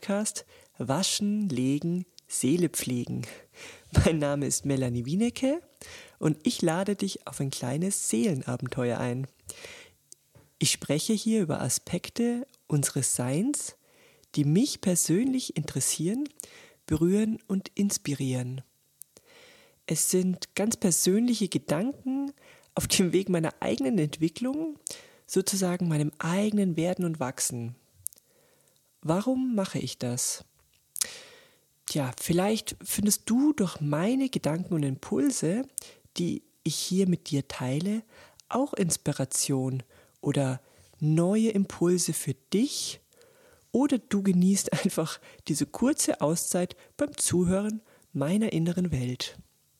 Podcast Waschen, Legen, Seele pflegen. Mein Name ist Melanie Wienecke und ich lade dich auf ein kleines Seelenabenteuer ein. Ich spreche hier über Aspekte unseres Seins, die mich persönlich interessieren, berühren und inspirieren. Es sind ganz persönliche Gedanken auf dem Weg meiner eigenen Entwicklung, sozusagen meinem eigenen Werden und Wachsen. Warum mache ich das? Tja, vielleicht findest du durch meine Gedanken und Impulse, die ich hier mit dir teile, auch Inspiration oder neue Impulse für dich, oder du genießt einfach diese kurze Auszeit beim Zuhören meiner inneren Welt.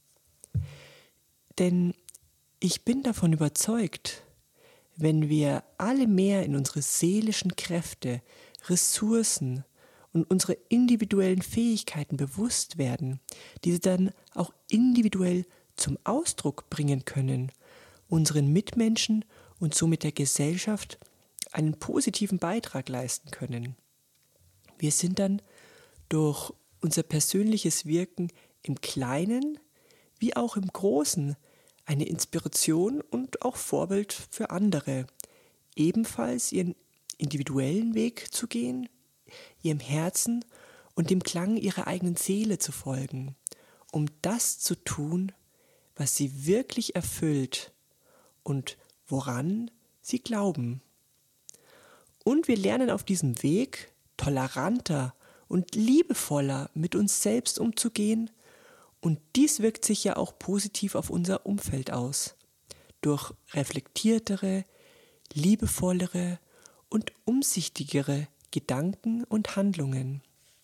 Denn ich bin davon überzeugt, wenn wir alle mehr in unsere seelischen Kräfte, Ressourcen und unsere individuellen Fähigkeiten bewusst werden, diese dann auch individuell zum Ausdruck bringen können, unseren Mitmenschen und somit der Gesellschaft einen positiven Beitrag leisten können. Wir sind dann durch unser persönliches Wirken im Kleinen wie auch im Großen eine Inspiration und auch Vorbild für andere, ebenfalls ihren individuellen Weg zu gehen, ihrem Herzen und dem Klang ihrer eigenen Seele zu folgen, um das zu tun, was sie wirklich erfüllt und woran sie glauben. Und wir lernen auf diesem Weg, toleranter und liebevoller mit uns selbst umzugehen, und dies wirkt sich ja auch positiv auf unser Umfeld aus, durch reflektiertere, liebevollere und umsichtigere Gedanken und Handlungen.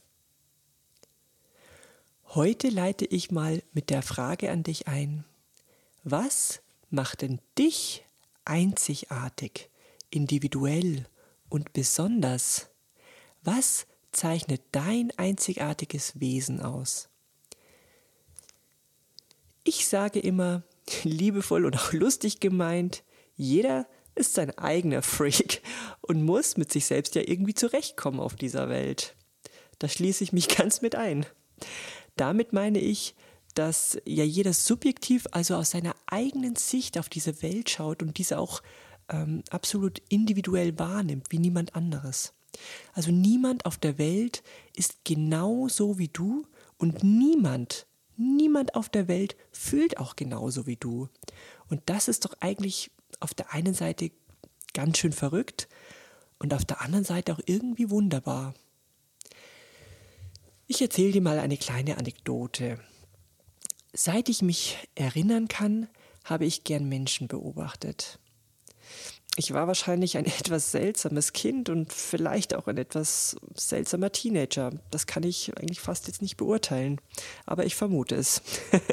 Heute leite ich mal mit der Frage an dich ein: Was macht denn dich einzigartig, individuell und besonders? Was zeichnet dein einzigartiges Wesen aus? Ich sage immer, liebevoll und auch lustig gemeint, jeder ist sein eigener Freak und muss mit sich selbst ja irgendwie zurechtkommen auf dieser Welt. Da schließe ich mich ganz mit ein. Damit meine ich, dass ja jeder subjektiv, also aus seiner eigenen Sicht auf diese Welt schaut und diese auch absolut individuell wahrnimmt, wie niemand anderes. Also niemand auf der Welt ist genauso wie du und niemand auf der Welt fühlt auch genauso wie du. Und das ist doch eigentlich auf der einen Seite ganz schön verrückt und auf der anderen Seite auch irgendwie wunderbar. Ich erzähle dir mal eine kleine Anekdote. Seit ich mich erinnern kann, habe ich gern Menschen beobachtet. Ich war wahrscheinlich ein etwas seltsames Kind und vielleicht auch ein etwas seltsamer Teenager. Das kann ich eigentlich fast jetzt nicht beurteilen, aber ich vermute es.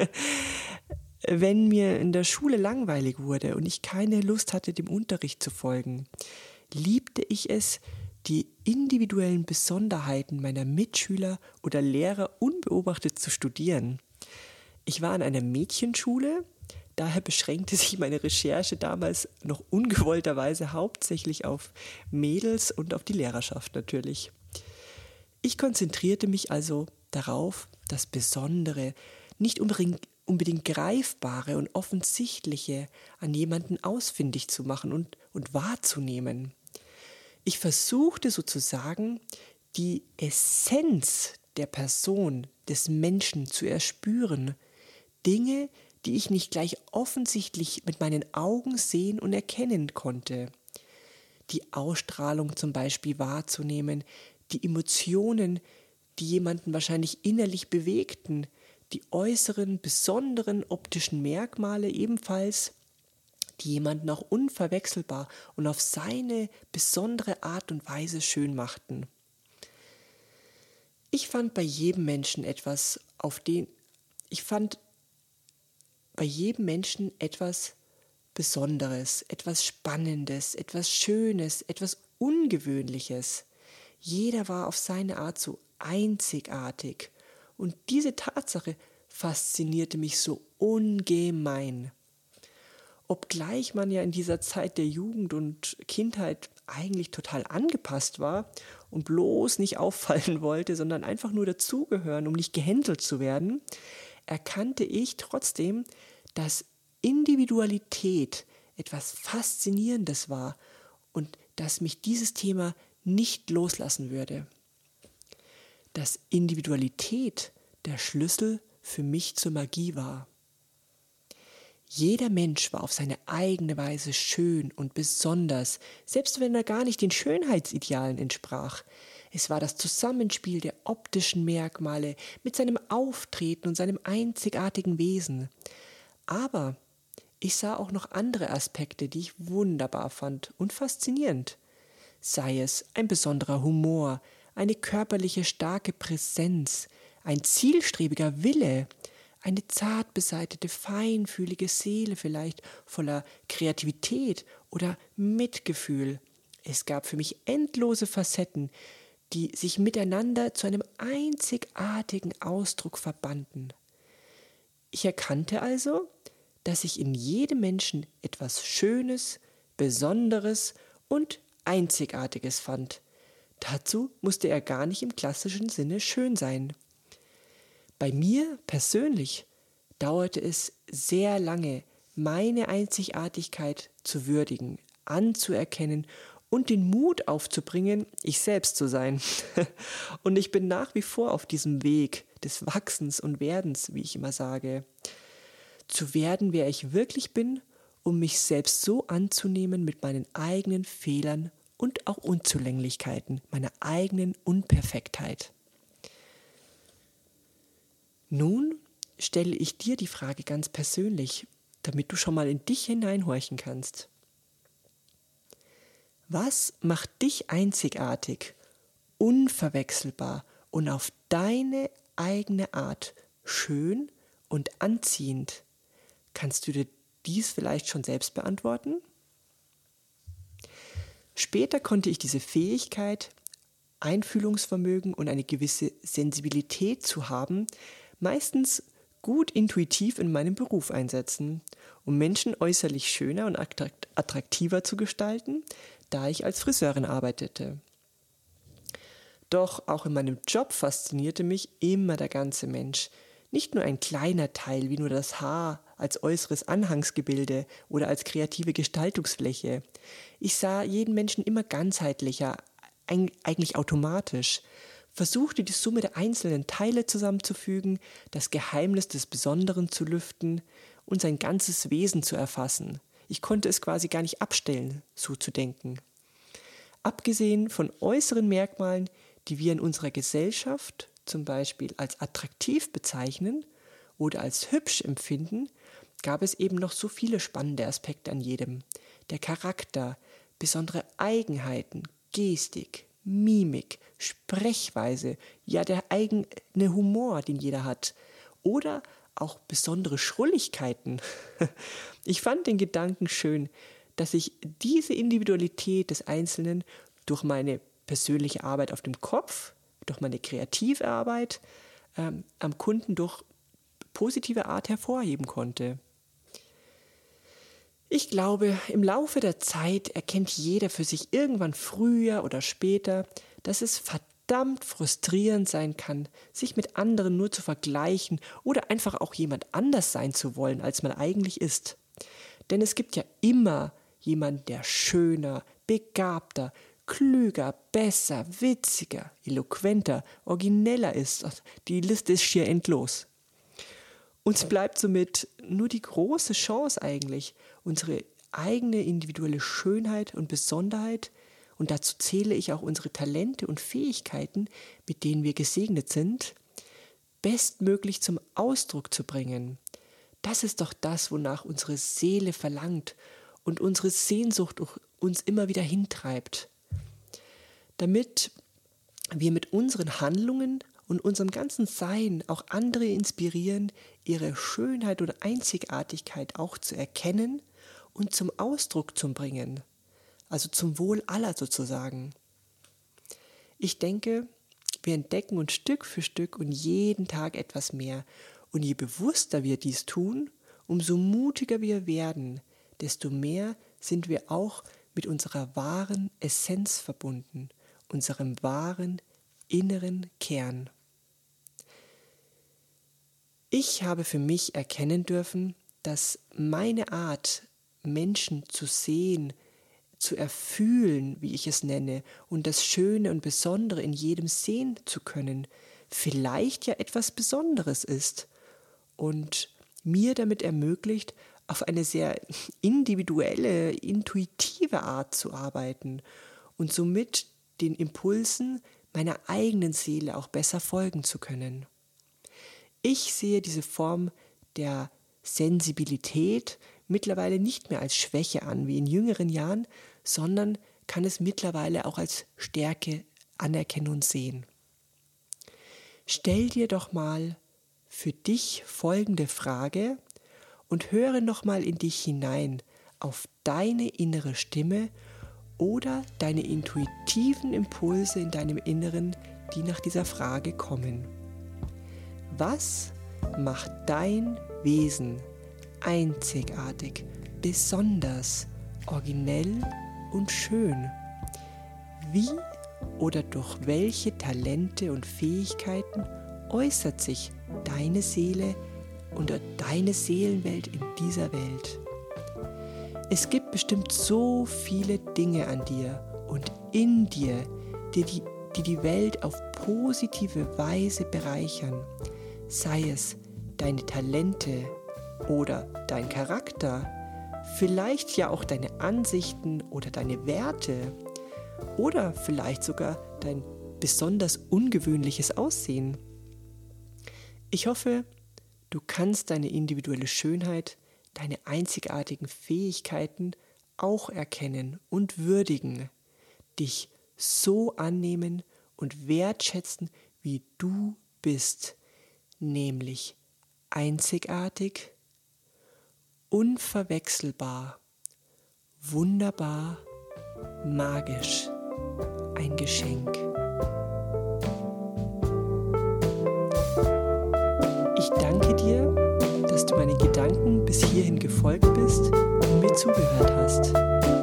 Wenn mir in der Schule langweilig wurde und ich keine Lust hatte, dem Unterricht zu folgen, liebte ich es, die individuellen Besonderheiten meiner Mitschüler oder Lehrer unbeobachtet zu studieren. Ich war an einer Mädchenschule. Daher beschränkte sich meine Recherche damals noch ungewollterweise hauptsächlich auf Mädels und auf die Lehrerschaft natürlich. Ich konzentrierte mich also darauf, das Besondere, nicht unbedingt Greifbare und Offensichtliche an jemanden ausfindig zu machen und wahrzunehmen. Ich versuchte sozusagen, die Essenz der Person, des Menschen zu erspüren, Dinge, die ich nicht gleich offensichtlich mit meinen Augen sehen und erkennen konnte. Die Ausstrahlung zum Beispiel wahrzunehmen, die Emotionen, die jemanden wahrscheinlich innerlich bewegten, die äußeren, besonderen optischen Merkmale ebenfalls, die jemanden auch unverwechselbar und auf seine besondere Art und Weise schön machten. Ich fand bei jedem Menschen etwas Besonderes, etwas Spannendes, etwas Schönes, etwas Ungewöhnliches. Jeder war auf seine Art so einzigartig. Und diese Tatsache faszinierte mich so ungemein. Obgleich man ja in dieser Zeit der Jugend und Kindheit eigentlich total angepasst war und bloß nicht auffallen wollte, sondern einfach nur dazugehören, um nicht gehänselt zu werden, erkannte ich trotzdem, dass Individualität etwas Faszinierendes war und dass mich dieses Thema nicht loslassen würde. Dass Individualität der Schlüssel für mich zur Magie war. Jeder Mensch war auf seine eigene Weise schön und besonders, selbst wenn er gar nicht den Schönheitsidealen entsprach. Es war das Zusammenspiel der optischen Merkmale mit seinem Auftreten und seinem einzigartigen Wesen. Aber ich sah auch noch andere Aspekte, die ich wunderbar fand und faszinierend. Sei es ein besonderer Humor, eine körperliche starke Präsenz, ein zielstrebiger Wille, eine zart beseitete, feinfühlige Seele vielleicht, voller Kreativität oder Mitgefühl. Es gab für mich endlose Facetten, die sich miteinander zu einem einzigartigen Ausdruck verbanden. Ich erkannte also, dass ich in jedem Menschen etwas Schönes, Besonderes und Einzigartiges fand. Dazu musste er gar nicht im klassischen Sinne schön sein. Bei mir persönlich dauerte es sehr lange, meine Einzigartigkeit zu würdigen, anzuerkennen und den Mut aufzubringen, ich selbst zu sein. Und ich bin nach wie vor auf diesem Weg des Wachsens und Werdens, wie ich immer sage. Zu werden, wer ich wirklich bin, um mich selbst so anzunehmen mit meinen eigenen Fehlern und auch Unzulänglichkeiten, meiner eigenen Unperfektheit. Nun stelle ich dir die Frage ganz persönlich, damit du schon mal in dich hineinhorchen kannst. Was macht dich einzigartig, unverwechselbar und auf deine eigene Art schön und anziehend? Kannst du dir dies vielleicht schon selbst beantworten? Später konnte ich diese Fähigkeit, Einfühlungsvermögen und eine gewisse Sensibilität zu haben, meistens gut intuitiv in meinem Beruf einsetzen, um Menschen äußerlich schöner und attraktiver zu gestalten, da ich als Friseurin arbeitete. Doch auch in meinem Job faszinierte mich immer der ganze Mensch, nicht nur ein kleiner Teil wie nur das Haar als äußeres Anhangsgebilde oder als kreative Gestaltungsfläche. Ich sah jeden Menschen immer ganzheitlicher, eigentlich automatisch, versuchte die Summe der einzelnen Teile zusammenzufügen, das Geheimnis des Besonderen zu lüften und sein ganzes Wesen zu erfassen. Ich konnte es quasi gar nicht abstellen, so zu denken. Abgesehen von äußeren Merkmalen, die wir in unserer Gesellschaft zum Beispiel als attraktiv bezeichnen oder als hübsch empfinden, gab es eben noch so viele spannende Aspekte an jedem. Der Charakter, besondere Eigenheiten, Gestik, Mimik, Sprechweise, ja der eigene Humor, den jeder hat. Oder auch besondere Schrulligkeiten. Ich fand den Gedanken schön, dass ich diese Individualität des Einzelnen durch meine persönliche Arbeit auf dem Kopf, durch meine kreative Arbeit am Kunden durch positive Art hervorheben konnte. Ich glaube, im Laufe der Zeit erkennt jeder für sich irgendwann früher oder später, dass es verdammt frustrierend sein kann, sich mit anderen nur zu vergleichen oder einfach auch jemand anders sein zu wollen, als man eigentlich ist. Denn es gibt ja immer jemanden, der schöner, begabter, klüger, besser, witziger, eloquenter, origineller ist. Die Liste ist schier endlos. Uns bleibt somit nur die große Chance eigentlich, unsere eigene individuelle Schönheit und Besonderheit, und dazu zähle ich auch unsere Talente und Fähigkeiten, mit denen wir gesegnet sind, bestmöglich zum Ausdruck zu bringen. Das ist doch das, wonach unsere Seele verlangt und unsere Sehnsucht uns immer wieder hintreibt. Damit wir mit unseren Handlungen und unserem ganzen Sein auch andere inspirieren, ihre Schönheit oder Einzigartigkeit auch zu erkennen und zum Ausdruck zu bringen, also zum Wohl aller sozusagen. Ich denke, wir entdecken uns Stück für Stück und jeden Tag etwas mehr, und je bewusster wir dies tun, umso mutiger wir werden, desto mehr sind wir auch mit unserer wahren Essenz verbunden unserem wahren inneren Kern. Ich habe für mich erkennen dürfen, dass meine Art, Menschen zu sehen, zu erfühlen, wie ich es nenne, und das Schöne und Besondere in jedem sehen zu können, vielleicht ja etwas Besonderes ist und mir damit ermöglicht, auf eine sehr individuelle, intuitive Art zu arbeiten und somit den Impulsen meiner eigenen Seele auch besser folgen zu können. Ich sehe diese Form der Sensibilität mittlerweile nicht mehr als Schwäche an wie in jüngeren Jahren, sondern kann es mittlerweile auch als Stärke anerkennen und sehen. Stell dir doch mal für dich folgende Frage und höre nochmal in dich hinein, auf deine innere Stimme oder deine intuitiven Impulse in deinem Inneren, die nach dieser Frage kommen. Was macht dein Wesen einzigartig, besonders, originell und schön? Wie oder durch welche Talente und Fähigkeiten äußert sich deine Seele oder deine Seelenwelt in dieser Welt? Es gibt bestimmt so viele Dinge an dir und in dir, die die Welt auf positive Weise bereichern. Sei es deine Talente oder dein Charakter, vielleicht ja auch deine Ansichten oder deine Werte oder vielleicht sogar dein besonders ungewöhnliches Aussehen. Ich hoffe, du kannst deine individuelle Schönheit, deine einzigartigen Fähigkeiten auch erkennen und würdigen, dich so annehmen und wertschätzen, wie du bist, nämlich einzigartig, unverwechselbar, wunderbar, magisch, ein Geschenk. Ich danke dir, dass du meinen Gedanken bis hierhin gefolgt bist und mir zugehört hast.